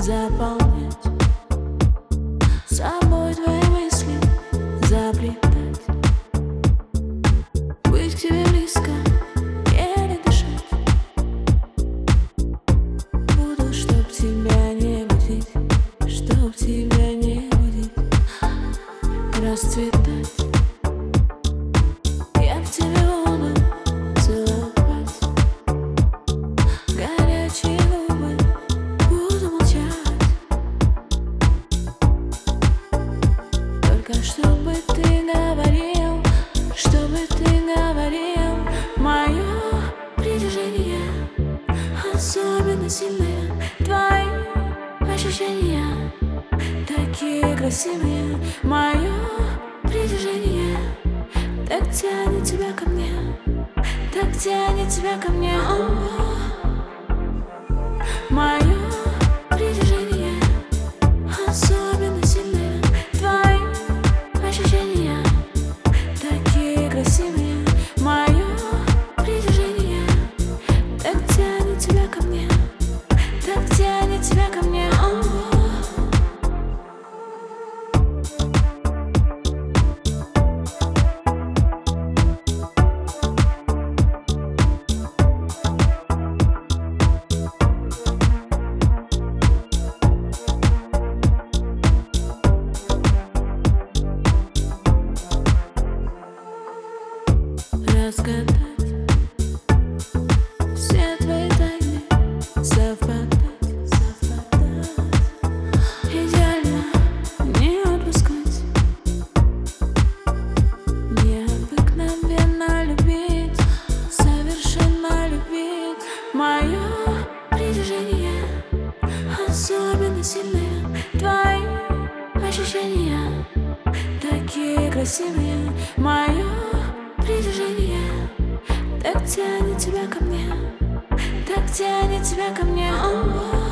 заполнять собой твои мысли, заплетать, быть к тебе близко, еле дышать. Буду, чтоб тебя не будить, чтоб тебя не будить, расцветать. Я в тебе буду целовать горячие губы, буду молчать, только чтобы ты говорил, чтобы ты говорил. Мое притяжение особенно сильное, твои ощущения такие красивые. Мое притяжение так тянет тебя ко мне, так тянет тебя ко мне. Мое притяжение особенно сильное, твои ощущения такие красивые. Мое притяжение так тянет тебя ко мне, так тянет тебя ко мне. Разгадать все твои тайны, совпадать, идеально не отпускать, необыкновенно любить, совершенно любить. Мое притяжение особенно сильное, твои ощущения такие красивые. Мое притяжение так тянет тебя ко мне, так тянет тебя ко мне.